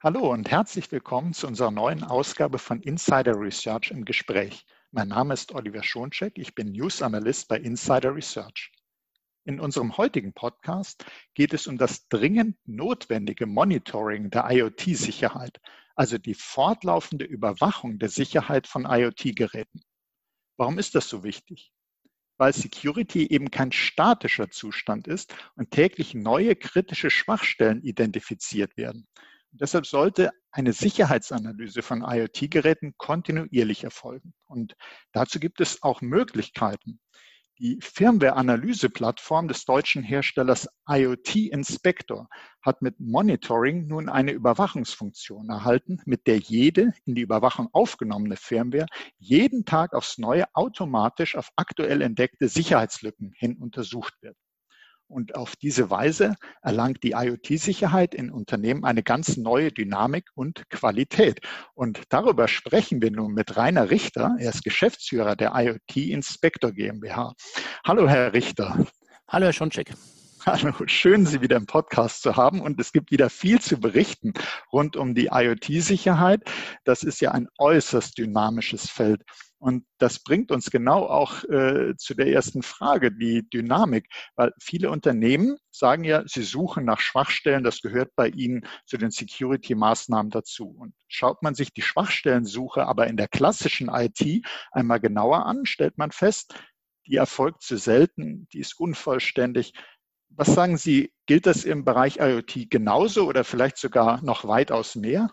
Hallo und herzlich willkommen zu unserer neuen Ausgabe von Insider Research im Gespräch. Mein Name ist Oliver Schoncheck, ich bin News Analyst bei Insider Research. In unserem heutigen Podcast geht es um das dringend notwendige Monitoring der IoT-Sicherheit, also die fortlaufende Überwachung der Sicherheit von IoT-Geräten. Warum ist das so wichtig? Weil Security eben kein statischer Zustand ist und täglich neue kritische Schwachstellen identifiziert werden. Und deshalb sollte eine Sicherheitsanalyse von IoT-Geräten kontinuierlich erfolgen. Und dazu gibt es auch Möglichkeiten. Die Firmware-Analyse-Plattform des deutschen Herstellers IoT Inspector hat mit Monitoring nun eine Überwachungsfunktion erhalten, mit der jede in die Überwachung aufgenommene Firmware jeden Tag aufs Neue automatisch auf aktuell entdeckte Sicherheitslücken hin untersucht wird. Und auf diese Weise erlangt die IoT-Sicherheit in Unternehmen eine ganz neue Dynamik und Qualität. Und darüber sprechen wir nun mit Rainer Richter. Er ist Geschäftsführer der IoT Inspector GmbH. Hallo, Herr Richter. Hallo, Herr Schoncheck. Hallo, schön, Sie wieder im Podcast zu haben. Und es gibt wieder viel zu berichten rund um die IoT-Sicherheit. Das ist ja ein äußerst dynamisches Feld. Und das bringt uns genau auch zu der ersten Frage, die Dynamik. Weil viele Unternehmen sagen ja, sie suchen nach Schwachstellen. Das gehört bei ihnen zu den Security-Maßnahmen dazu. Und schaut man sich die Schwachstellensuche aber in der klassischen IT einmal genauer an, stellt man fest, die erfolgt zu selten, die ist unvollständig. Was sagen Sie, gilt das im Bereich IoT genauso oder vielleicht sogar noch weitaus mehr?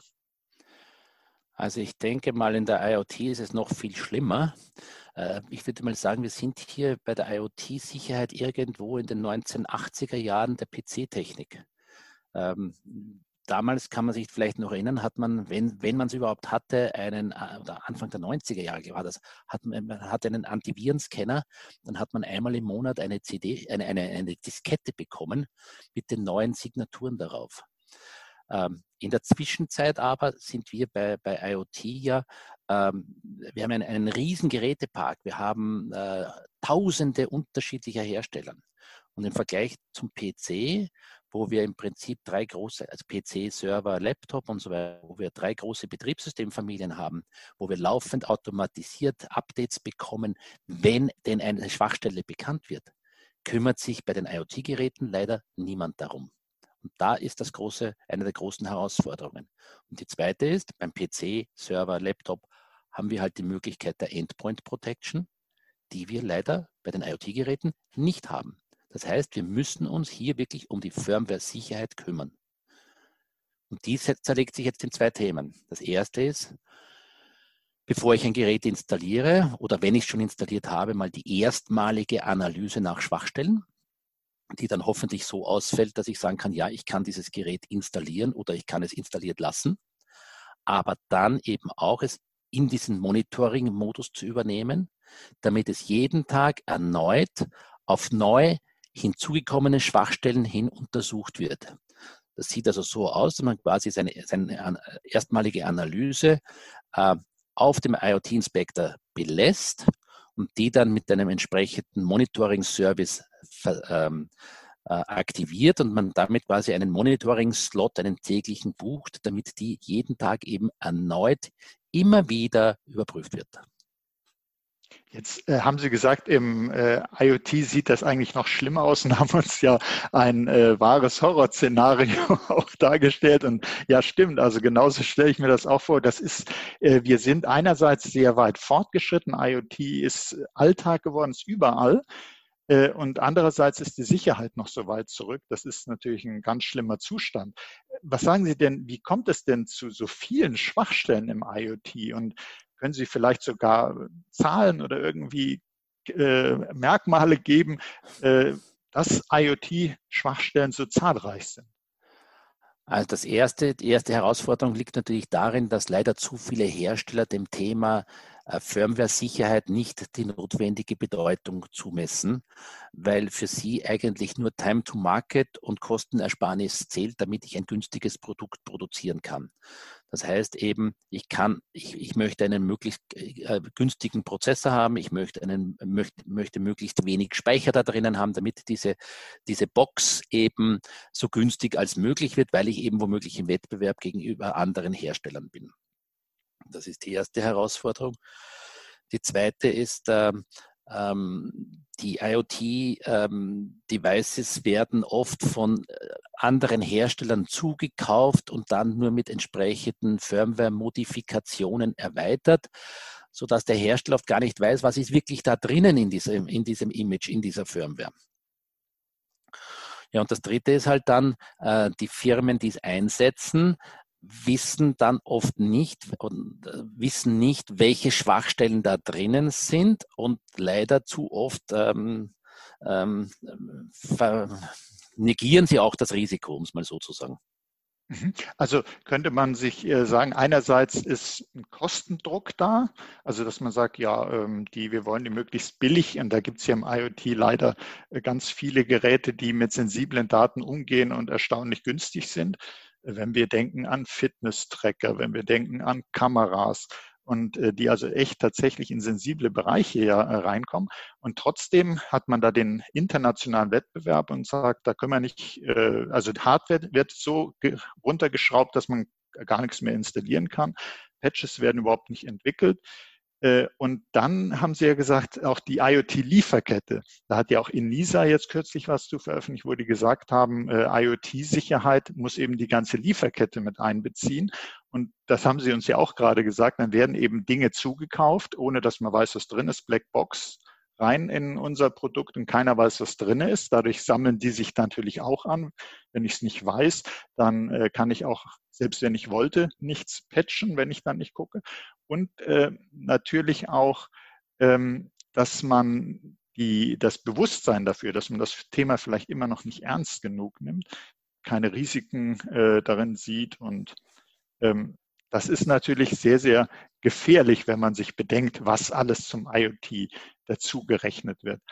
Also ich denke mal, in der IoT ist es noch viel schlimmer. Ich würde mal sagen, wir sind hier bei der IoT-Sicherheit irgendwo in den 1980er Jahren der PC-Technik. Damals kann man sich vielleicht noch erinnern, hat man, wenn man es überhaupt hatte, oder Anfang der 90er Jahre war das, man hatte einen Antivirenscanner, dann hat man einmal im Monat eine CD, eine Diskette bekommen mit den neuen Signaturen darauf. In der Zwischenzeit aber sind wir bei IoT ja, wir haben einen riesen Gerätepark, wir haben tausende unterschiedlicher Hersteller. Und im Vergleich zum PC, wo wir im Prinzip drei große, also PC, Server, Laptop und so weiter, wo wir drei große Betriebssystemfamilien haben, wo wir laufend automatisiert Updates bekommen, wenn denn eine Schwachstelle bekannt wird, kümmert sich bei den IoT-Geräten leider niemand darum. Und da ist eine der großen Herausforderungen. Und die zweite ist, beim PC, Server, Laptop haben wir halt die Möglichkeit der Endpoint Protection, die wir leider bei den IoT-Geräten nicht haben. Das heißt, wir müssen uns hier wirklich um die Firmware-Sicherheit kümmern. Und dies zerlegt sich jetzt in zwei Themen. Das erste ist, bevor ich ein Gerät installiere oder wenn ich es schon installiert habe, mal die erstmalige Analyse nach Schwachstellen, die dann hoffentlich so ausfällt, dass ich sagen kann, ja, ich kann dieses Gerät installieren oder ich kann es installiert lassen, aber dann eben auch es in diesen Monitoring-Modus zu übernehmen, damit es jeden Tag erneut auf neu hinzugekommene Schwachstellen hin untersucht wird. Das sieht also so aus, dass man quasi seine erstmalige Analyse auf dem IoT Inspector belässt und die dann mit einem entsprechenden Monitoring-Service aktiviert und man damit quasi einen Monitoring-Slot, einen täglichen bucht, damit die jeden Tag eben erneut immer wieder überprüft wird. Jetzt haben Sie gesagt, im IoT sieht das eigentlich noch schlimmer aus und haben uns ja ein wahres Horrorszenario auch dargestellt. Und ja, stimmt, also genauso stelle ich mir das auch vor. Das ist, wir sind einerseits sehr weit fortgeschritten. IoT ist Alltag geworden, ist überall. Und andererseits ist die Sicherheit noch so weit zurück. Das ist natürlich ein ganz schlimmer Zustand. Was sagen Sie denn, wie kommt es denn zu so vielen Schwachstellen im IoT? Und können Sie vielleicht sogar Zahlen oder irgendwie Merkmale geben, dass IoT-Schwachstellen so zahlreich sind? Also die erste Herausforderung liegt natürlich darin, dass leider zu viele Hersteller dem Thema Firmware-Sicherheit nicht die notwendige Bedeutung zumessen, weil für sie eigentlich nur Time to Market und Kostenersparnis zählt, damit ich ein günstiges Produkt produzieren kann. Das heißt eben, ich möchte einen möglichst günstigen Prozessor haben, ich möchte möglichst wenig Speicher da drinnen haben, damit diese Box eben so günstig als möglich wird, weil ich eben womöglich im Wettbewerb gegenüber anderen Herstellern bin. Das ist die erste Herausforderung. Die zweite ist, die IoT-Devices werden oft von anderen Herstellern zugekauft und dann nur mit entsprechenden Firmware-Modifikationen erweitert, sodass der Hersteller oft gar nicht weiß, was ist wirklich da drinnen in diesem Image, in dieser Firmware. Ja, und das dritte ist halt dann, die Firmen, die es einsetzen, wissen dann oft nicht, welche Schwachstellen da drinnen sind und leider zu oft negieren sie auch das Risiko, um es mal so zu sagen. Also könnte man sich sagen, einerseits ist ein Kostendruck da, also dass man sagt, ja, wir wollen die möglichst billig, und da gibt es ja im IoT leider ganz viele Geräte, die mit sensiblen Daten umgehen und erstaunlich günstig sind. Wenn wir denken an Fitness-Tracker, wenn wir denken an Kameras und die also echt tatsächlich in sensible Bereiche ja reinkommen. Und trotzdem hat man da den internationalen Wettbewerb und sagt, da können wir nicht, also Hardware wird so runtergeschraubt, dass man gar nichts mehr installieren kann. Patches werden überhaupt nicht entwickelt. Und dann haben Sie ja gesagt, auch die IoT-Lieferkette. Da hat ja auch Enisa jetzt kürzlich was zu veröffentlicht, wo die gesagt haben, IoT-Sicherheit muss eben die ganze Lieferkette mit einbeziehen. Und das haben Sie uns ja auch gerade gesagt, dann werden eben Dinge zugekauft, ohne dass man weiß, was drin ist, Blackbox rein in unser Produkt und keiner weiß, was drin ist. Dadurch sammeln die sich natürlich auch an. Wenn ich es nicht weiß, dann kann ich auch, selbst wenn ich wollte, nichts patchen, wenn ich dann nicht gucke. Und natürlich auch, dass man das Bewusstsein dafür, dass man das Thema vielleicht immer noch nicht ernst genug nimmt, keine Risiken darin sieht. Und das ist natürlich sehr, sehr gefährlich, wenn man sich bedenkt, was alles zum IoT dazu gerechnet wird.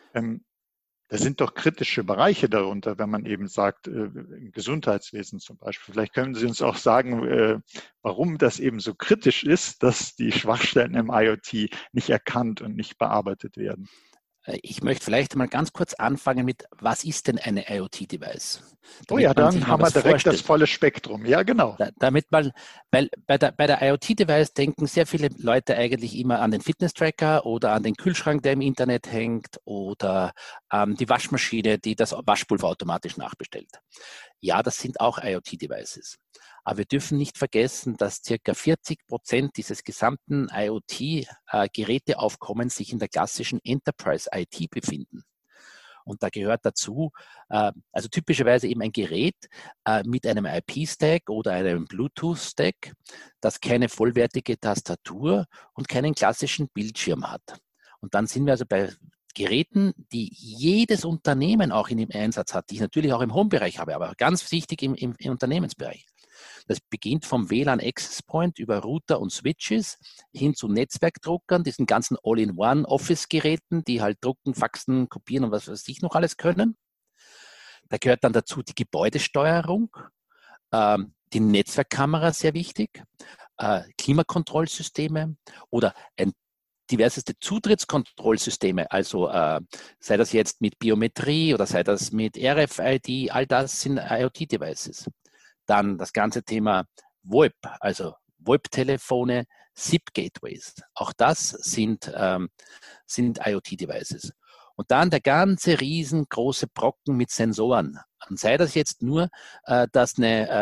Da sind doch kritische Bereiche darunter, wenn man eben sagt, im Gesundheitswesen zum Beispiel. Vielleicht können Sie uns auch sagen, warum das eben so kritisch ist, dass die Schwachstellen im IoT nicht erkannt und nicht bearbeitet werden. Ich möchte vielleicht mal ganz kurz anfangen mit, was ist denn eine IoT-Device? Oh ja, dann haben wir direkt das volle Spektrum. Ja, genau. Weil bei der IoT-Device denken sehr viele Leute eigentlich immer an den Fitness-Tracker oder an den Kühlschrank, der im Internet hängt, oder die Waschmaschine, die das Waschpulver automatisch nachbestellt. Ja, das sind auch IoT-Devices. Aber wir dürfen nicht vergessen, dass ca. 40% dieses gesamten IoT-Geräteaufkommens sich in der klassischen Enterprise-IT befinden. Und da gehört dazu, also typischerweise eben ein Gerät mit einem IP-Stack oder einem Bluetooth-Stack, das keine vollwertige Tastatur und keinen klassischen Bildschirm hat. Und dann sind wir also bei Geräten, die jedes Unternehmen auch in dem Einsatz hat, die ich natürlich auch im Home-Bereich habe, aber ganz wichtig im Unternehmensbereich. Das beginnt vom WLAN Access Point über Router und Switches hin zu Netzwerkdruckern, diesen ganzen All-in-One-Office-Geräten, die halt drucken, faxen, kopieren und was weiß ich noch alles können. Da gehört dann dazu die Gebäudesteuerung, die Netzwerkkamera, sehr wichtig, Klimakontrollsysteme oder diverseste Zutrittskontrollsysteme, also sei das jetzt mit Biometrie oder sei das mit RFID, all das sind IoT-Devices. Dann das ganze Thema VoIP, also VoIP-Telefone, SIP-Gateways. Auch das sind IoT-Devices. Und dann der ganze riesengroße Brocken mit Sensoren. Und sei das jetzt nur, dass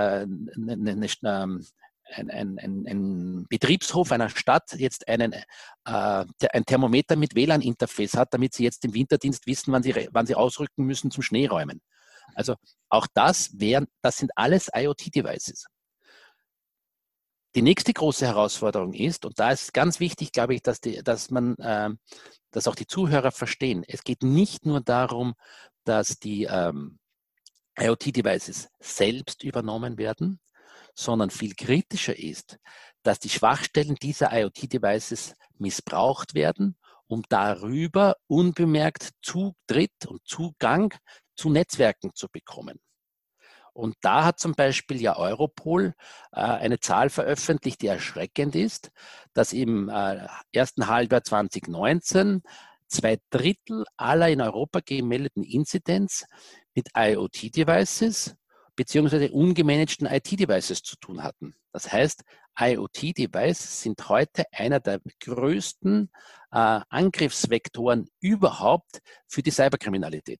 ein Betriebshof einer Stadt jetzt ein Thermometer mit WLAN-Interface hat, damit sie jetzt im Winterdienst wissen, wann sie ausrücken müssen zum Schneeräumen. Also auch das sind alles IoT-Devices. Die nächste große Herausforderung ist, und da ist ganz wichtig, glaube ich, dass auch die Zuhörer verstehen, es geht nicht nur darum, dass die IoT-Devices selbst übernommen werden, sondern viel kritischer ist, dass die Schwachstellen dieser IoT-Devices missbraucht werden, um darüber unbemerkt Zutritt und Zugang zu Netzwerken zu bekommen. Und da hat zum Beispiel ja Europol eine Zahl veröffentlicht, die erschreckend ist, dass im ersten Halbjahr 2019 2/3 aller in Europa gemeldeten Incidents mit IoT-Devices beziehungsweise ungemanagten IT-Devices zu tun hatten. Das heißt, IoT-Devices sind heute einer der größten Angriffsvektoren überhaupt für die Cyberkriminalität.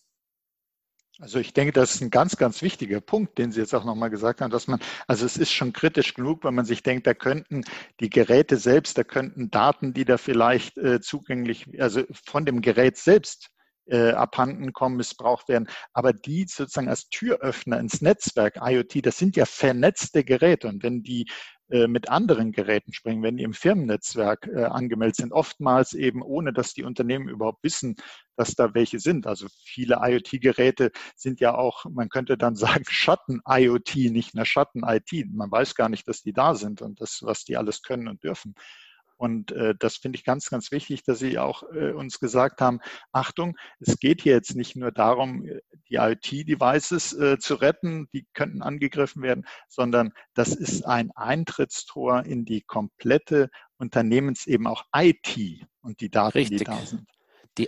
Also ich denke, das ist ein ganz, ganz wichtiger Punkt, den Sie jetzt auch nochmal gesagt haben, dass man, also es ist schon kritisch genug, wenn man sich denkt, da könnten die Geräte selbst, da könnten Daten, die da vielleicht zugänglich, also von dem Gerät selbst abhanden kommen, missbraucht werden, aber die sozusagen als Türöffner ins Netzwerk IoT, das sind ja vernetzte Geräte und wenn die mit anderen Geräten sprechen, wenn die im Firmennetzwerk angemeldet sind, oftmals eben ohne, dass die Unternehmen überhaupt wissen, dass da welche sind. Also viele IoT-Geräte sind ja auch, man könnte dann sagen, Schatten-IoT, nicht mehr Schatten-IT. Man weiß gar nicht, dass die da sind und das, was die alles können und dürfen. Und das finde ich ganz, ganz wichtig, dass Sie auch uns gesagt haben, Achtung, es geht hier jetzt nicht nur darum, die IoT-Devices zu retten, die könnten angegriffen werden, sondern das ist ein Eintrittstor in die komplette Unternehmens eben auch IT und die Daten, Richtig. die da sind. Die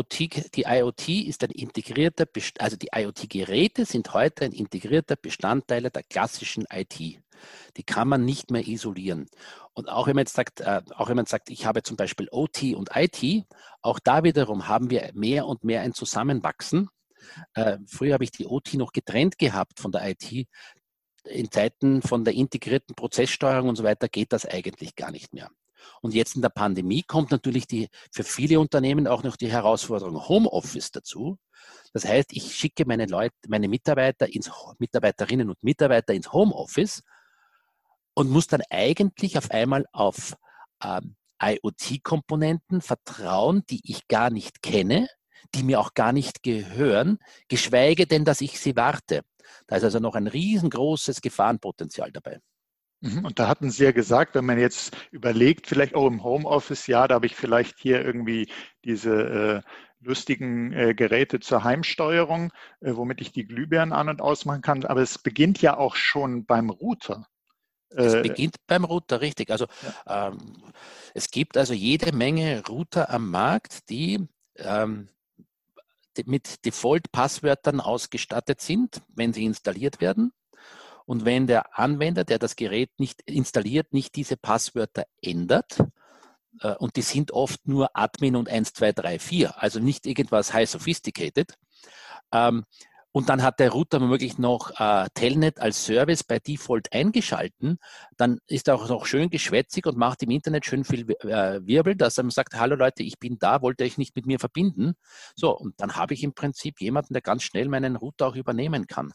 IoT ist ein integrierter, also die IoT-Geräte sind heute ein integrierter Bestandteil der klassischen IT. Die kann man nicht mehr isolieren. Und auch wenn man jetzt sagt, ich habe zum Beispiel OT und IT, auch da wiederum haben wir mehr und mehr ein Zusammenwachsen. Früher habe ich die OT noch getrennt gehabt von der IT. In Zeiten von der integrierten Prozesssteuerung und so weiter geht das eigentlich gar nicht mehr. Und jetzt in der Pandemie kommt natürlich für viele Unternehmen auch noch die Herausforderung Homeoffice dazu. Das heißt, ich schicke meine Mitarbeiterinnen und Mitarbeiter ins Homeoffice und muss dann eigentlich auf einmal auf IoT-Komponenten vertrauen, die ich gar nicht kenne, die mir auch gar nicht gehören, geschweige denn, dass ich sie warte. Da ist also noch ein riesengroßes Gefahrenpotenzial dabei. Und da hatten Sie ja gesagt, wenn man jetzt überlegt, vielleicht auch im Homeoffice, ja, da habe ich vielleicht hier irgendwie diese lustigen Geräte zur Heimsteuerung, womit ich die Glühbirnen an- und ausmachen kann. Aber es beginnt ja auch schon beim Router. Es beginnt beim Router, richtig. Also es gibt also jede Menge Router am Markt, die mit Default-Passwörtern ausgestattet sind, wenn sie installiert werden. Und wenn der Anwender, der das Gerät nicht installiert, nicht diese Passwörter ändert, und die sind oft nur Admin und 1, 2, 3, 4, also nicht irgendwas high sophisticated, und dann hat der Router womöglich noch Telnet als Service bei Default eingeschalten, dann ist er auch noch schön geschwätzig und macht im Internet schön viel Wirbel, dass er sagt, hallo Leute, ich bin da, wollt ihr euch nicht mit mir verbinden? So, und dann habe ich im Prinzip jemanden, der ganz schnell meinen Router auch übernehmen kann.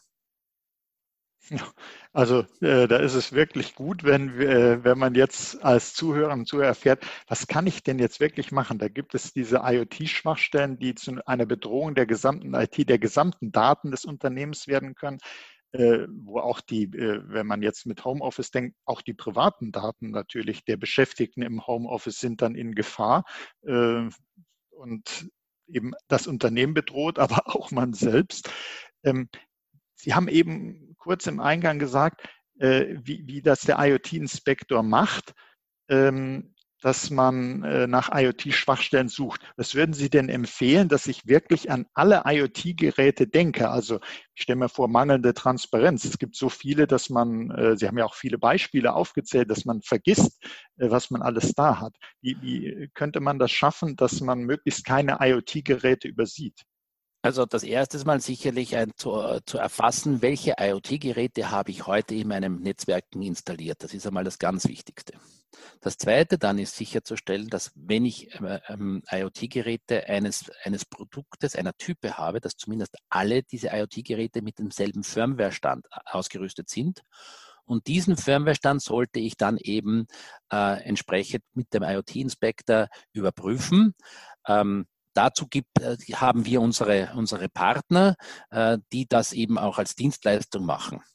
Also da ist es wirklich gut, wenn man jetzt als Zuhörer und Zuhörer erfährt, was kann ich denn jetzt wirklich machen? Da gibt es diese IoT-Schwachstellen, die zu einer Bedrohung der gesamten IT, der gesamten Daten des Unternehmens werden können, wo auch wenn man jetzt mit Homeoffice denkt, auch die privaten Daten natürlich der Beschäftigten im Homeoffice sind dann in Gefahr und eben das Unternehmen bedroht, aber auch man selbst. Sie haben eben kurz im Eingang gesagt, wie das der IoT-Inspektor macht, dass man nach IoT-Schwachstellen sucht. Was würden Sie denn empfehlen, dass ich wirklich an alle IoT-Geräte denke? Also ich stelle mir vor, mangelnde Transparenz. Es gibt so viele, dass man, Sie haben ja auch viele Beispiele aufgezählt, dass man vergisst, was man alles da hat. Wie könnte man das schaffen, dass man möglichst keine IoT-Geräte übersieht? Also das erste ist mal sicherlich zu erfassen, welche IoT-Geräte habe ich heute in meinem Netzwerken installiert. Das ist einmal das ganz Wichtigste. Das zweite dann ist sicherzustellen, dass wenn ich IoT-Geräte eines Produktes, einer Type habe, dass zumindest alle diese IoT-Geräte mit demselben Firmware-Stand ausgerüstet sind. Und diesen Firmware-Stand sollte ich dann eben entsprechend mit dem IoT-Inspektor überprüfen. Dazu haben wir unsere Partner, die das eben auch als Dienstleistung machen.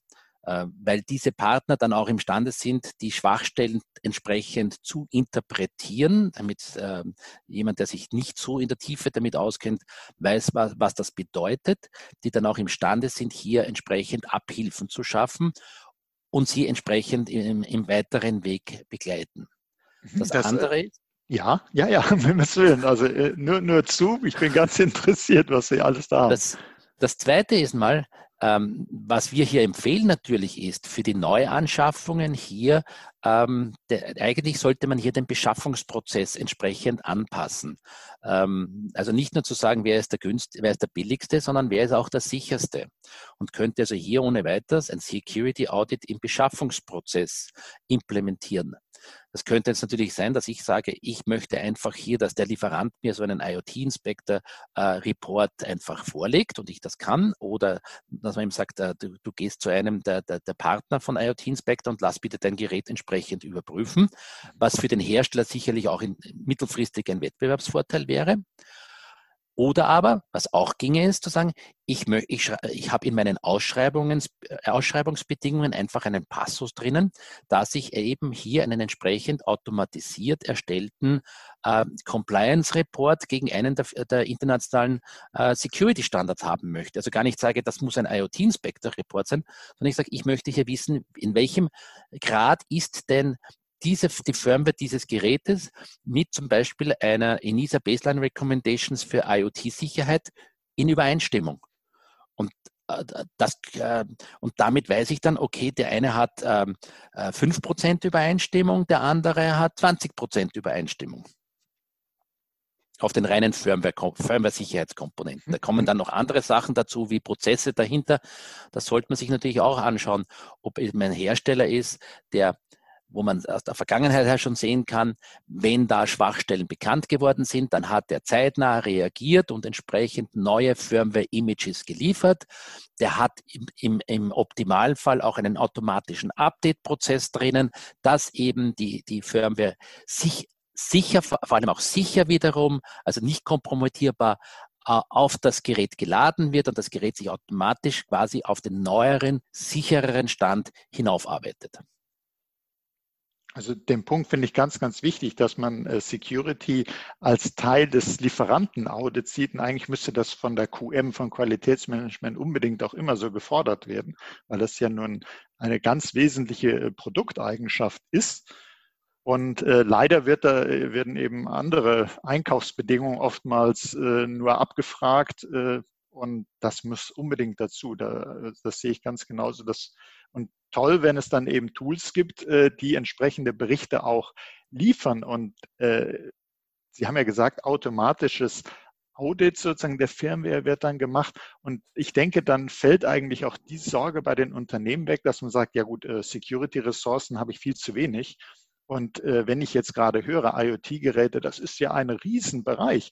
weil diese Partner dann auch imstande sind, die Schwachstellen entsprechend zu interpretieren, damit jemand, der sich nicht so in der Tiefe damit auskennt, weiß, was das bedeutet, die dann auch imstande sind, hier entsprechend Abhilfen zu schaffen und sie entsprechend im weiteren Weg begleiten. Das Das, andere ist, ja, um Himmels Willen. Also nur zu, ich bin ganz interessiert, was Sie alles da haben. das Zweite ist mal, was wir hier empfehlen natürlich ist, für die Neuanschaffungen hier, eigentlich sollte man hier den Beschaffungsprozess entsprechend anpassen. Also nicht nur zu sagen, wer ist der billigste, sondern wer ist auch der sicherste. Und könnte also hier ohne weiteres ein Security Audit im Beschaffungsprozess implementieren. Das könnte jetzt natürlich sein, dass ich sage, ich möchte einfach hier, dass der Lieferant mir so einen IoT-Inspector-Report einfach vorlegt und ich das kann. Oder dass man ihm sagt, du gehst zu einem der Partner von IoT-Inspector und lass bitte dein Gerät entsprechend überprüfen, was für den Hersteller sicherlich auch mittelfristig ein Wettbewerbsvorteil wäre. Oder aber, was auch ginge, ist zu sagen, ich habe in meinen Ausschreibungsbedingungen einfach einen Passus drinnen, dass ich eben hier einen entsprechend automatisiert erstellten Compliance-Report gegen einen der internationalen Security-Standards haben möchte. Also gar nicht sage, das muss ein IoT-Inspector-Report sein, sondern ich sage, ich möchte hier wissen, in welchem Grad ist denn die Firmware dieses Gerätes mit zum Beispiel einer ENISA Baseline Recommendations für IoT-Sicherheit in Übereinstimmung. Und, und damit weiß ich dann, okay, der eine hat 5% Übereinstimmung, der andere hat 20% Übereinstimmung. Auf den reinen Firmware-Sicherheitskomponenten. Da kommen dann noch andere Sachen dazu, wie Prozesse dahinter. Das sollte man sich natürlich auch anschauen, ob es ein Hersteller ist, wo man aus der Vergangenheit her schon sehen kann, wenn da Schwachstellen bekannt geworden sind, dann hat der zeitnah reagiert und entsprechend neue Firmware-Images geliefert. Der hat im Optimalfall auch einen automatischen Update-Prozess drinnen, dass eben die Firmware sicher, vor allem auch sicher wiederum, also nicht kompromittierbar, auf das Gerät geladen wird und das Gerät sich automatisch quasi auf den neueren, sichereren Stand hinaufarbeitet. Also den Punkt finde ich ganz, ganz wichtig, dass man Security als Teil des Lieferantenaudits sieht. Und eigentlich müsste das von der QM, von Qualitätsmanagement unbedingt auch immer so gefordert werden, weil das ja nun eine ganz wesentliche Produkteigenschaft ist. Und leider werden eben andere Einkaufsbedingungen oftmals nur abgefragt. Und das muss unbedingt dazu. Das sehe ich ganz genauso. Und toll, wenn es dann eben Tools gibt, die entsprechende Berichte auch liefern. Und Sie haben ja gesagt, automatisches Audit sozusagen der Firmware wird dann gemacht. Und ich denke, dann fällt eigentlich auch die Sorge bei den Unternehmen weg, dass man sagt, ja gut, Security-Ressourcen habe ich viel zu wenig. Und wenn ich jetzt gerade höre, IoT-Geräte, das ist ja ein Riesenbereich.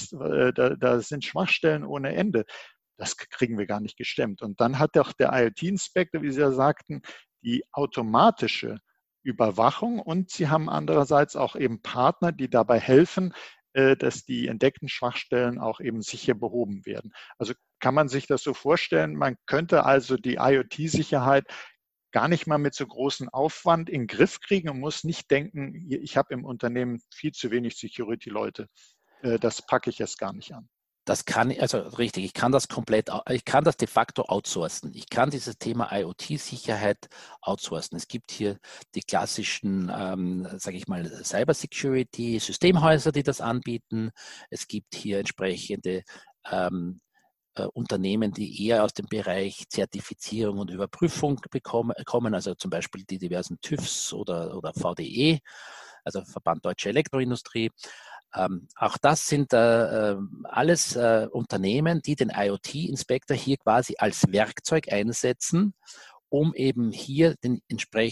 Da sind Schwachstellen ohne Ende. Das kriegen wir gar nicht gestemmt. Und dann hat auch der IoT-Inspector, wie Sie ja sagten, die automatische Überwachung und Sie haben andererseits auch eben Partner, die dabei helfen, dass die entdeckten Schwachstellen auch eben sicher behoben werden. Also kann man sich das so vorstellen, man könnte also die IoT-Sicherheit gar nicht mal mit so großem Aufwand in den Griff kriegen und muss nicht denken, ich habe im Unternehmen viel zu wenig Security-Leute. Das packe ich jetzt gar nicht an. Das kann, also richtig, ich kann das de facto outsourcen. Ich kann dieses Thema IoT-Sicherheit outsourcen. Es gibt hier die klassischen, sage ich mal, Cybersecurity-Systemhäuser, die das anbieten. Es gibt hier entsprechende Unternehmen, die eher aus dem Bereich Zertifizierung und Überprüfung kommen, also zum Beispiel die diversen TÜVs oder VDE, also Verband Deutsche Elektroindustrie. Auch das sind alles Unternehmen, die den IoT-Inspector hier quasi als Werkzeug einsetzen, um eben hier den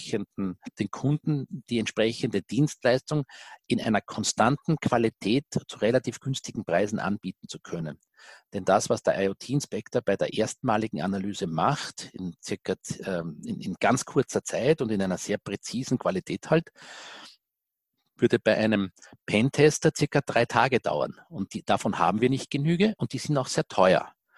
Kunden die entsprechende Dienstleistung in einer konstanten Qualität zu relativ günstigen Preisen anbieten zu können. Denn das, was der IoT-Inspector bei der erstmaligen Analyse macht, in ganz kurzer Zeit und in einer sehr präzisen Qualität halt, würde bei einem Pentester circa 3 Tage dauern. Und davon haben wir nicht genüge und die sind auch sehr teuer.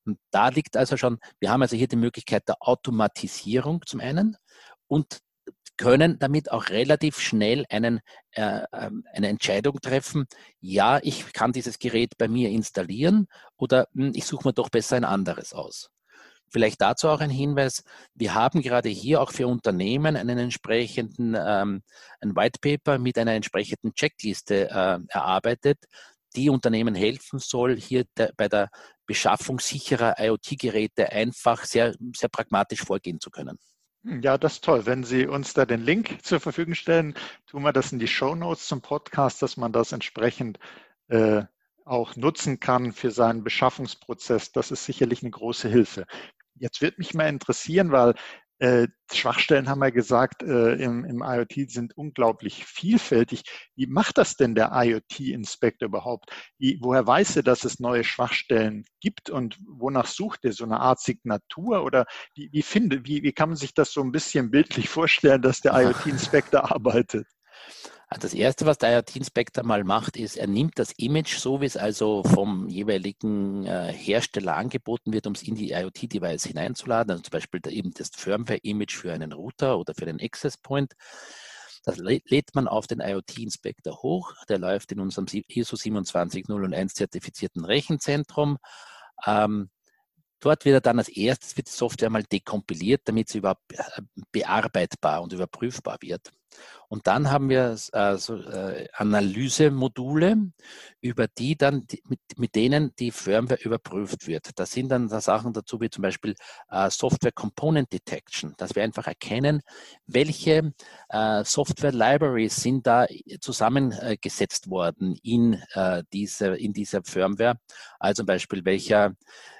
Und da liegt also schon, wir haben also hier die Möglichkeit der Automatisierung zum einen und können damit auch relativ schnell eine Entscheidung treffen, ja, ich kann dieses Gerät bei mir installieren oder ich suche mir doch besser ein anderes aus. Vielleicht dazu auch ein Hinweis, wir haben gerade hier auch für Unternehmen einen entsprechenden ein White Paper mit einer entsprechenden Checkliste erarbeitet, die Unternehmen helfen soll, hier bei der Beschaffung sicherer IoT-Geräte einfach sehr, sehr pragmatisch vorgehen zu können. Ja, das ist toll. Wenn Sie uns da den Link zur Verfügung stellen, tun wir das in die Shownotes zum Podcast, dass man das entsprechend auch nutzen kann für seinen Beschaffungsprozess. Das ist sicherlich eine große Hilfe. Jetzt würde mich mal interessieren, weil Schwachstellen, haben wir gesagt, im IoT sind unglaublich vielfältig. Wie macht das denn der IoT-Inspektor überhaupt? Woher weiß er, dass es neue Schwachstellen gibt und wonach sucht er? So eine Art Signatur? Oder wie kann man sich das so ein bisschen bildlich vorstellen, dass der IoT-Inspektor arbeitet? Also das Erste, was der IoT-Inspektor mal macht, ist, er nimmt das Image, so wie es also vom jeweiligen Hersteller angeboten wird, um es in die IoT-Device hineinzuladen, also zum Beispiel eben das Firmware-Image für einen Router oder für einen Access Point. Das lädt man auf den IoT-Inspektor hoch. Der läuft in unserem ISO 27001 zertifizierten Rechenzentrum. Dort wird er dann als erstes wird die Software mal dekompiliert, damit sie überhaupt bearbeitbar und überprüfbar wird. Und dann haben wir Analysemodule, über die dann mit denen die Firmware überprüft wird. Da sind dann da Sachen dazu wie zum Beispiel Software Component Detection, dass wir einfach erkennen, welche Software Libraries sind da zusammengesetzt worden in dieser Firmware. Also zum Beispiel welcher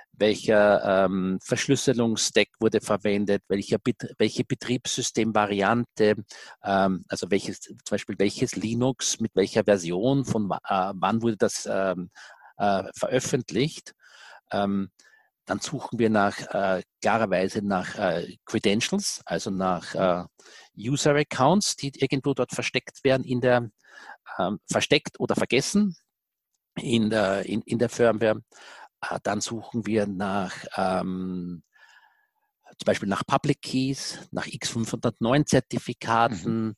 Verschlüsselungsstack wurde verwendet, welche Betriebssystemvariante, also zum Beispiel welches Linux mit welcher Version von wann wurde das veröffentlicht. Dann suchen wir klarerweise nach Credentials, also nach User Accounts, die irgendwo dort versteckt werden versteckt oder vergessen in der Firmware. Dann suchen wir zum Beispiel nach Public Keys, nach X509-Zertifikaten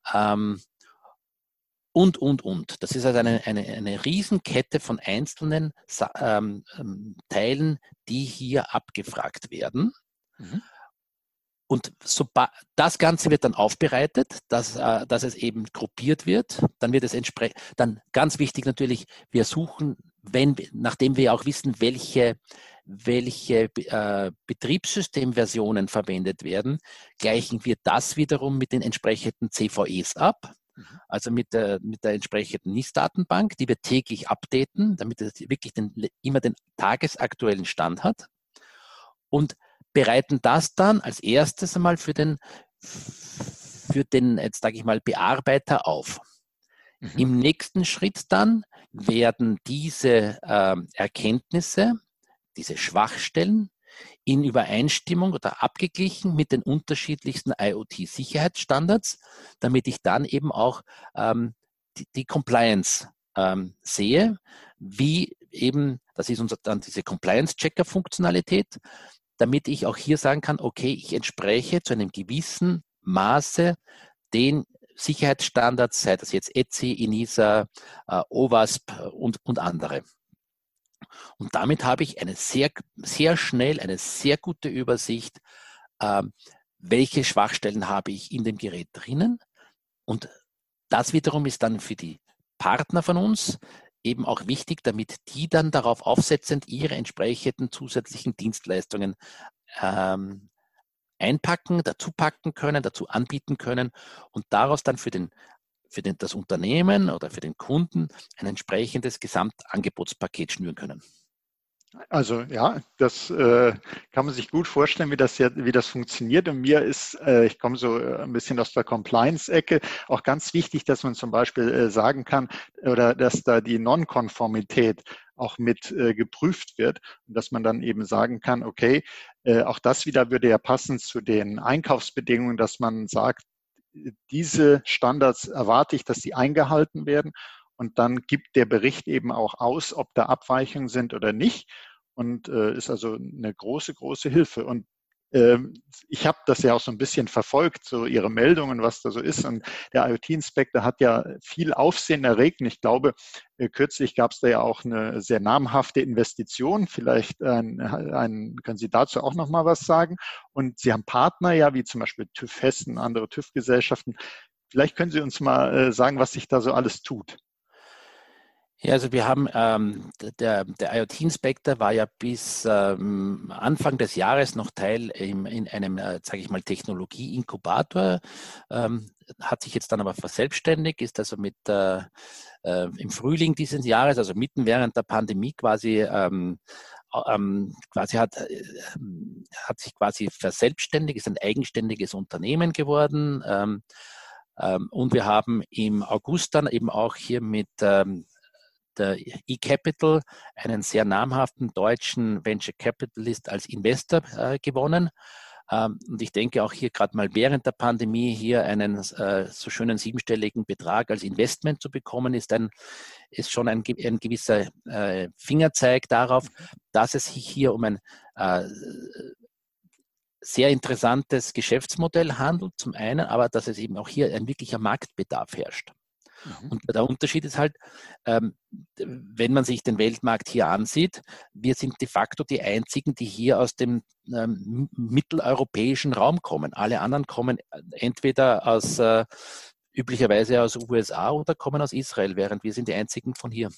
und. Das ist also eine Riesenkette von einzelnen Teilen, die hier abgefragt werden. Mhm. Und das Ganze wird dann aufbereitet, dass es eben gruppiert wird. Dann wird es dann ganz wichtig natürlich, wir suchen, nachdem wir auch wissen, welche Betriebssystemversionen verwendet werden, gleichen wir das wiederum mit den entsprechenden CVEs ab. Also mit der entsprechenden NIST-Datenbank, die wir täglich updaten, damit es wirklich immer den tagesaktuellen Stand hat. Und bereiten das dann als erstes einmal für den jetzt sage ich mal, Bearbeiter auf. Mhm. Im nächsten Schritt dann werden diese Erkenntnisse, diese Schwachstellen in Übereinstimmung oder abgeglichen mit den unterschiedlichsten IoT-Sicherheitsstandards, damit ich dann eben auch die Compliance sehe, wie eben, das ist dann diese Compliance-Checker-Funktionalität, damit ich auch hier sagen kann, okay, ich entspreche zu einem gewissen Maße den Sicherheitsstandards, sei das jetzt ETSI, ENISA, OWASP und andere. Und damit habe ich sehr schnell eine sehr gute Übersicht, welche Schwachstellen habe ich in dem Gerät drinnen. Und das wiederum ist dann für die Partner von uns eben auch wichtig, damit die dann darauf aufsetzend ihre entsprechenden zusätzlichen Dienstleistungen einpacken, dazu packen können, dazu anbieten können und daraus dann für das Unternehmen oder für den Kunden ein entsprechendes Gesamtangebotspaket schnüren können. Also ja, das kann man sich gut vorstellen, wie das funktioniert. Und mir ist, ich komme so ein bisschen aus der Compliance-Ecke, auch ganz wichtig, dass man zum Beispiel sagen kann, oder dass da die Non-Konformität auch mit geprüft wird und dass man dann eben sagen kann, okay, auch das wieder würde ja passen zu den Einkaufsbedingungen, dass man sagt, diese Standards erwarte ich, dass sie eingehalten werden. Und dann gibt der Bericht eben auch aus, ob da Abweichungen sind oder nicht. und ist also eine große, große Hilfe. Und ich habe das ja auch so ein bisschen verfolgt, so Ihre Meldungen, was da so ist. Und der IoT-Inspektor hat ja viel Aufsehen erregt. Und ich glaube, kürzlich gab es da ja auch eine sehr namhafte Investition. Vielleicht können Sie dazu auch noch mal was sagen? Und Sie haben Partner ja, wie zum Beispiel TÜV Hessen, andere TÜV-Gesellschaften. Vielleicht können Sie uns mal sagen, was sich da so alles tut. Ja, also wir haben, der IoT-Inspektor war ja bis Anfang des Jahres noch Teil in einem, sage ich mal, Technologie-Inkubator, hat sich jetzt dann aber verselbstständigt, ist also im Frühling dieses Jahres, also mitten während der Pandemie hat sich quasi verselbstständigt, ist ein eigenständiges Unternehmen geworden. Und wir haben im August dann eben auch hier mit der eCapital, einen sehr namhaften deutschen Venture Capitalist, als Investor gewonnen. Und ich denke auch hier gerade mal während der Pandemie hier einen so schönen siebenstelligen Betrag als Investment zu bekommen, ist schon ein gewisser Fingerzeig darauf, dass es sich hier um ein sehr interessantes Geschäftsmodell handelt, zum einen, aber dass es eben auch hier ein wirklicher Marktbedarf herrscht. Und der Unterschied ist halt, wenn man sich den Weltmarkt hier ansieht, wir sind de facto die einzigen, die hier aus dem mitteleuropäischen Raum kommen. Alle anderen kommen entweder üblicherweise aus USA oder kommen aus Israel, während wir sind die einzigen von hier.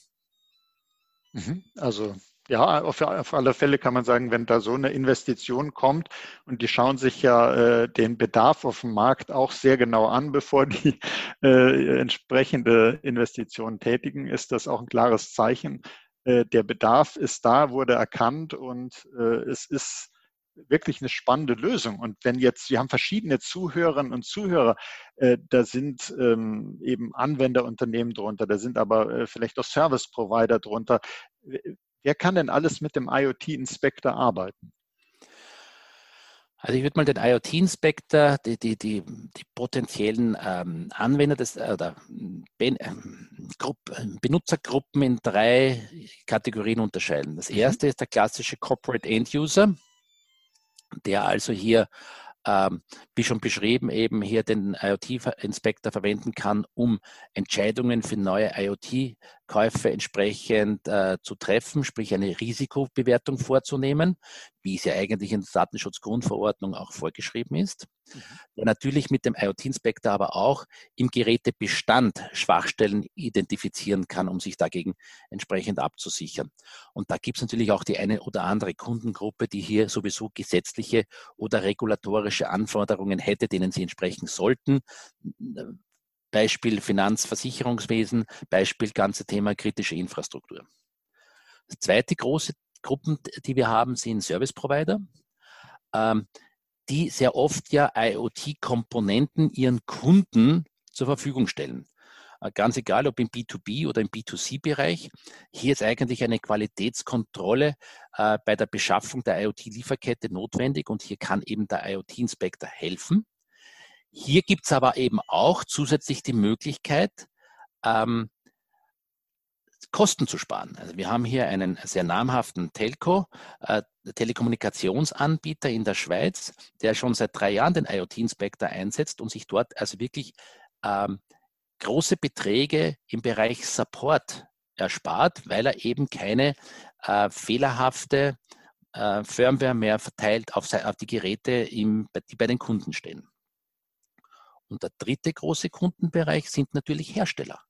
Also ja, auf alle Fälle kann man sagen, wenn da so eine Investition kommt und die schauen sich ja den Bedarf auf dem Markt auch sehr genau an, bevor die entsprechende Investition tätigen, ist das auch ein klares Zeichen. Der Bedarf ist da, wurde erkannt und es ist wirklich eine spannende Lösung. Und wenn jetzt, wir haben verschiedene Zuhörerinnen und Zuhörer, da sind eben Anwenderunternehmen drunter, da sind aber vielleicht auch Service Provider drunter. Wer kann denn alles mit dem IoT-Inspektor arbeiten? Also ich würde mal den IoT-Inspektor, die potenziellen Anwender oder Benutzergruppen in 3 Kategorien unterscheiden. Das erste ist der klassische Corporate End User, der also hier, wie schon beschrieben, eben hier den IoT-Inspektor verwenden kann, um Entscheidungen für neue IoT-Käufe entsprechend zu treffen, sprich eine Risikobewertung vorzunehmen, wie es ja eigentlich in der Datenschutzgrundverordnung auch vorgeschrieben ist. Der natürlich mit dem IoT-Inspektor aber auch im Gerätebestand Schwachstellen identifizieren kann, um sich dagegen entsprechend abzusichern. Und da gibt es natürlich auch die eine oder andere Kundengruppe, die hier sowieso gesetzliche oder regulatorische Anforderungen hätte, denen sie entsprechen sollten. Beispiel Finanzversicherungswesen, Beispiel ganze Thema kritische Infrastruktur. Das zweite große Gruppen, die wir haben, sind Service Provider, die sehr oft ja IoT-Komponenten ihren Kunden zur Verfügung stellen. Ganz egal, ob im B2B oder im B2C-Bereich. Hier ist eigentlich eine Qualitätskontrolle bei der Beschaffung der IoT-Lieferkette notwendig und hier kann eben der IoT-Inspektor helfen. Hier gibt es aber eben auch zusätzlich die Möglichkeit, Kosten zu sparen. Also wir haben hier einen sehr namhaften Telekommunikationsanbieter in der Schweiz, der schon seit 3 Jahren den IoT-Inspektor einsetzt und sich dort also wirklich große Beträge im Bereich Support erspart, weil er eben keine fehlerhafte Firmware mehr verteilt auf die Geräte, die bei den Kunden stehen. Und der dritte große Kundenbereich sind natürlich Hersteller,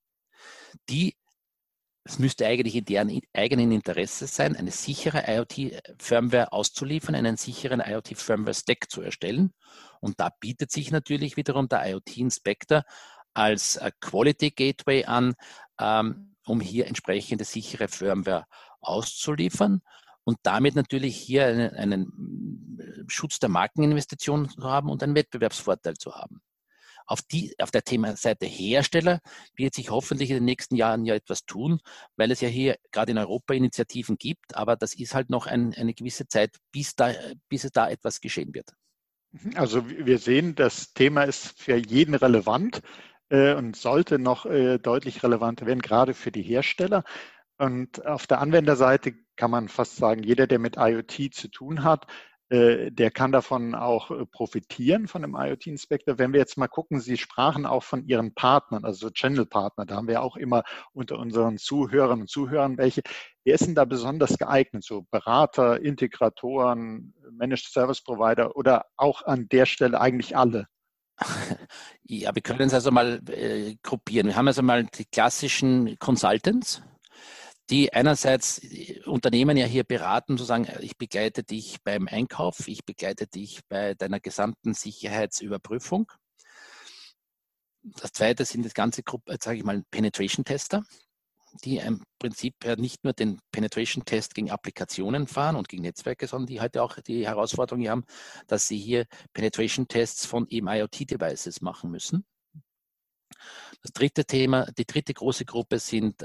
es müsste eigentlich in deren eigenen Interesse sein, eine sichere IoT-Firmware auszuliefern, einen sicheren IoT-Firmware-Stack zu erstellen. Und da bietet sich natürlich wiederum der IoT-Inspektor als Quality Gateway an, um hier entsprechende sichere Firmware auszuliefern und damit natürlich hier einen Schutz der Markeninvestition zu haben und einen Wettbewerbsvorteil zu haben. Auf der Themenseite Hersteller wird sich hoffentlich in den nächsten Jahren ja etwas tun, weil es ja hier gerade in Europa Initiativen gibt, aber das ist halt noch eine gewisse Zeit, bis es da etwas geschehen wird. Also wir sehen, das Thema ist für jeden relevant und sollte noch deutlich relevanter werden, gerade für die Hersteller. Und auf der Anwenderseite kann man fast sagen, jeder, der mit IoT zu tun hat, der kann davon auch profitieren, von dem IoT-Inspektor. Wenn wir jetzt mal gucken, Sie sprachen auch von Ihren Partnern, also Channel-Partner, da haben wir auch immer unter unseren Zuhörern und Zuhörern welche. Wer ist denn da besonders geeignet? So Berater, Integratoren, Managed Service Provider oder auch an der Stelle eigentlich alle? Ja, wir können es also mal gruppieren. Wir haben also mal die klassischen Consultants, die einerseits Unternehmen ja hier beraten, zu sagen, ich begleite dich beim Einkauf, ich begleite dich bei deiner gesamten Sicherheitsüberprüfung. Das zweite sind das ganze Gruppe, sage ich mal, Penetration-Tester, die im Prinzip ja nicht nur den Penetration-Test gegen Applikationen fahren und gegen Netzwerke, sondern die heute auch die Herausforderung haben, dass sie hier Penetration-Tests von eben IoT-Devices machen müssen. Das dritte Thema, die dritte große Gruppe sind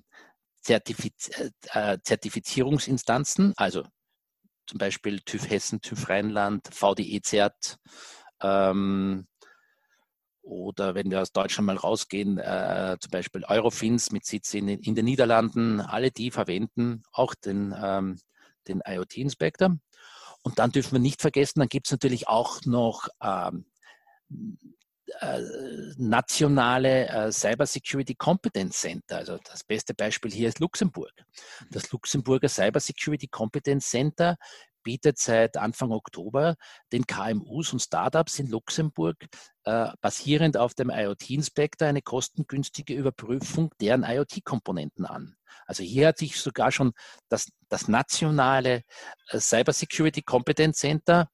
Zertifizierungsinstanzen, also zum Beispiel TÜV Hessen, TÜV Rheinland, VDE-Zert, oder wenn wir aus Deutschland mal rausgehen, zum Beispiel Eurofins mit Sitz in den Niederlanden, alle die verwenden auch den IoT-Inspector. Und dann dürfen wir nicht vergessen, dann gibt es natürlich auch noch nationale Cyber Security Competence Center. Also das beste Beispiel hier ist Luxemburg. Das Luxemburger Cyber Security Competence Center bietet seit Anfang Oktober den KMUs und Startups in Luxemburg basierend auf dem IoT-Inspector eine kostengünstige Überprüfung deren IoT-Komponenten an. Also hier hat sich sogar schon das nationale Cyber Security Competence Center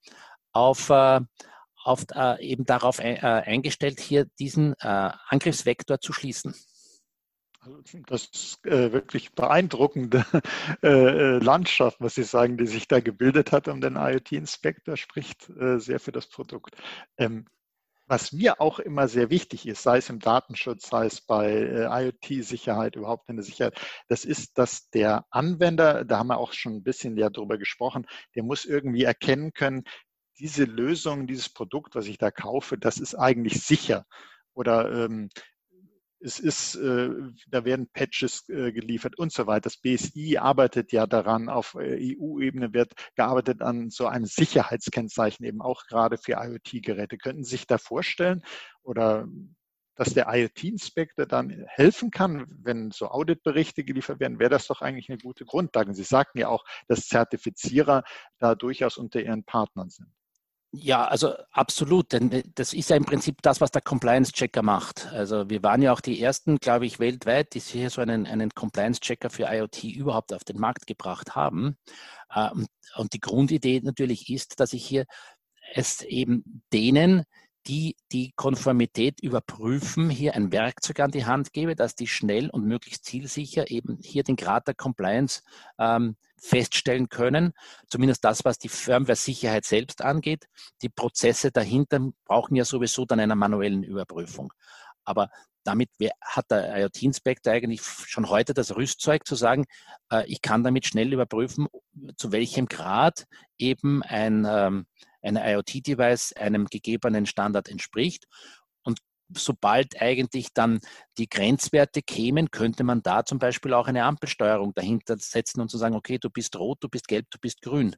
eben darauf eingestellt, hier diesen Angriffsvektor zu schließen. Das ist wirklich beeindruckende Landschaft, was Sie sagen, die sich da gebildet hat um den IoT-Inspektor, spricht sehr für das Produkt. Was mir auch immer sehr wichtig ist, sei es im Datenschutz, sei es bei IoT-Sicherheit, überhaupt in der Sicherheit, das ist, dass der Anwender, da haben wir auch schon ein bisschen ja drüber gesprochen, der muss irgendwie erkennen können, diese Lösung, dieses Produkt, was ich da kaufe, das ist eigentlich sicher. Oder es ist, da werden Patches geliefert und so weiter. Das BSI arbeitet ja daran, auf EU-Ebene wird gearbeitet an so einem Sicherheitskennzeichen, eben auch gerade für IoT-Geräte. Könnten Sie sich da vorstellen oder dass der IoT-Inspektor dann helfen kann, wenn so Auditberichte geliefert werden, wäre das doch eigentlich eine gute Grundlage. Sie sagten ja auch, dass Zertifizierer da durchaus unter ihren Partnern sind. Ja, also absolut, denn das ist ja im Prinzip das, was der Compliance-Checker macht. Also wir waren ja auch die ersten, glaube ich, weltweit, die hier so einen Compliance-Checker für IoT überhaupt auf den Markt gebracht haben. Und die Grundidee natürlich ist, dass ich hier es eben denen, die die Konformität überprüfen, hier ein Werkzeug an die Hand gebe, dass die schnell und möglichst zielsicher eben hier den Grad der Compliance feststellen können. Zumindest das, was die Firmware-Sicherheit selbst angeht. Die Prozesse dahinter brauchen ja sowieso dann einer manuellen Überprüfung. Aber damit hat der IoT-Inspektor eigentlich schon heute das Rüstzeug zu sagen, ich kann damit schnell überprüfen, zu welchem Grad eben ein IoT-Device einem gegebenen Standard entspricht. Und sobald eigentlich dann die Grenzwerte kämen, könnte man da zum Beispiel auch eine Ampelsteuerung dahinter setzen und zu sagen, okay, du bist rot, du bist gelb, du bist grün.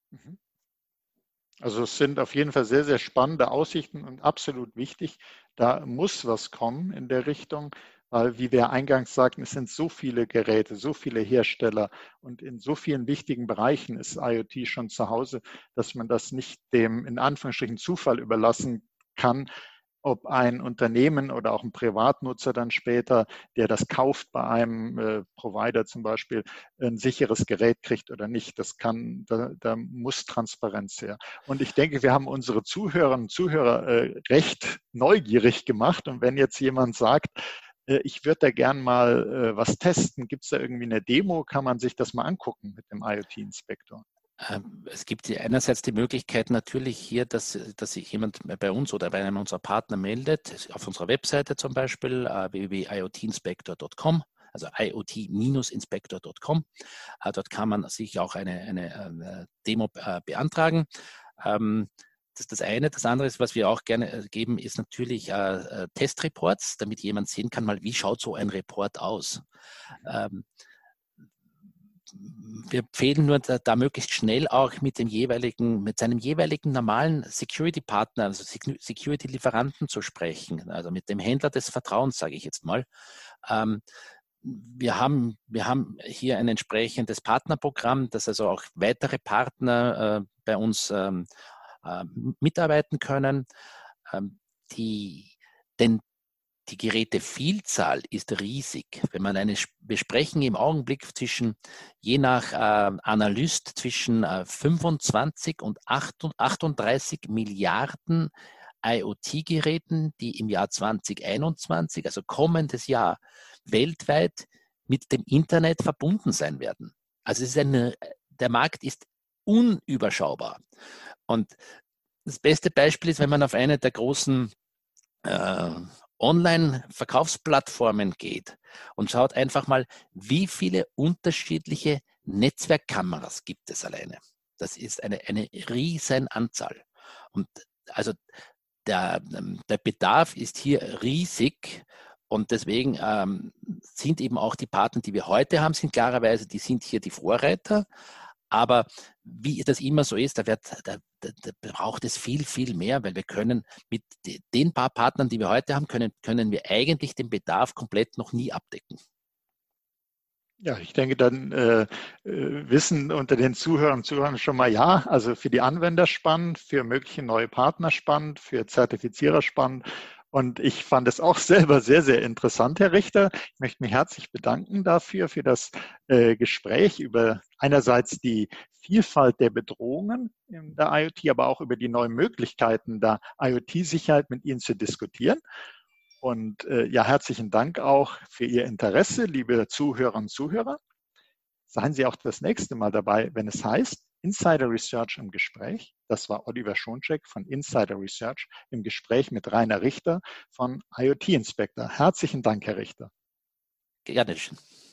Also es sind auf jeden Fall sehr, sehr spannende Aussichten und absolut wichtig. Da muss was kommen in der Richtung, weil, wie wir eingangs sagten, es sind so viele Geräte, so viele Hersteller und in so vielen wichtigen Bereichen ist IoT schon zu Hause, dass man das nicht dem in Anführungsstrichen Zufall überlassen kann, ob ein Unternehmen oder auch ein Privatnutzer dann später, der das kauft bei einem Provider zum Beispiel, ein sicheres Gerät kriegt oder nicht. Da muss Transparenz her. Und ich denke, wir haben unsere Zuhörerinnen und Zuhörer recht neugierig gemacht. Und wenn jetzt jemand sagt, ich würde da gern mal was testen, gibt es da irgendwie eine Demo, kann man sich das mal angucken mit dem IoT-Inspektor? Es gibt einerseits die Möglichkeit natürlich hier, dass sich jemand bei uns oder bei einem unserer Partner meldet, auf unserer Webseite zum Beispiel www.iotinspector.com, also iot-inspector.com. Dort kann man sich auch eine Demo beantragen. Das ist das eine. Das andere ist, was wir auch gerne geben, ist natürlich Testreports, damit jemand sehen kann, mal, wie schaut so ein Report aus. wir empfehlen nur, da möglichst schnell auch mit seinem jeweiligen normalen Security-Partner, also Security-Lieferanten zu sprechen, also mit dem Händler des Vertrauens, sage ich jetzt mal. Wir haben hier ein entsprechendes Partnerprogramm, dass also auch weitere Partner bei uns mitarbeiten können. Denn die Gerätevielzahl ist riesig. Wir sprechen im Augenblick je nach Analyst, zwischen 25 und 38 Milliarden IoT-Geräten, die im Jahr 2021, also kommendes Jahr, weltweit mit dem Internet verbunden sein werden. Also der Markt ist unüberschaubar. Und das beste Beispiel ist, wenn man auf eine der großen Online-Verkaufsplattformen geht und schaut einfach mal, wie viele unterschiedliche Netzwerkkameras gibt es alleine. Das ist eine riesen Anzahl. Und also der Bedarf ist hier riesig, und deswegen sind eben auch die Partner, die wir heute haben, sind klarerweise, die sind hier die Vorreiter. Aber wie das immer so ist, da braucht es viel, viel mehr, weil wir können mit den paar Partnern, die wir heute haben, können wir eigentlich den Bedarf komplett noch nie abdecken. Ja, ich denke, dann wissen unter den Zuhörern und Zuhörern schon mal, ja, also für die Anwender spannend, für mögliche neue Partner spannend, für Zertifizierer spannend. Und ich fand es auch selber sehr, sehr interessant, Herr Richter. Ich möchte mich herzlich bedanken dafür, für das Gespräch über einerseits die Vielfalt der Bedrohungen in der IoT, aber auch über die neuen Möglichkeiten der IoT-Sicherheit mit Ihnen zu diskutieren. Und ja, herzlichen Dank auch für Ihr Interesse, liebe Zuhörerinnen und Zuhörer. Seien Sie auch das nächste Mal dabei, wenn es heißt Insider Research im Gespräch. Das war Oliver Schoncheck von Insider Research im Gespräch mit Rainer Richter von IoT Inspector. Herzlichen Dank, Herr Richter. Gerne schön.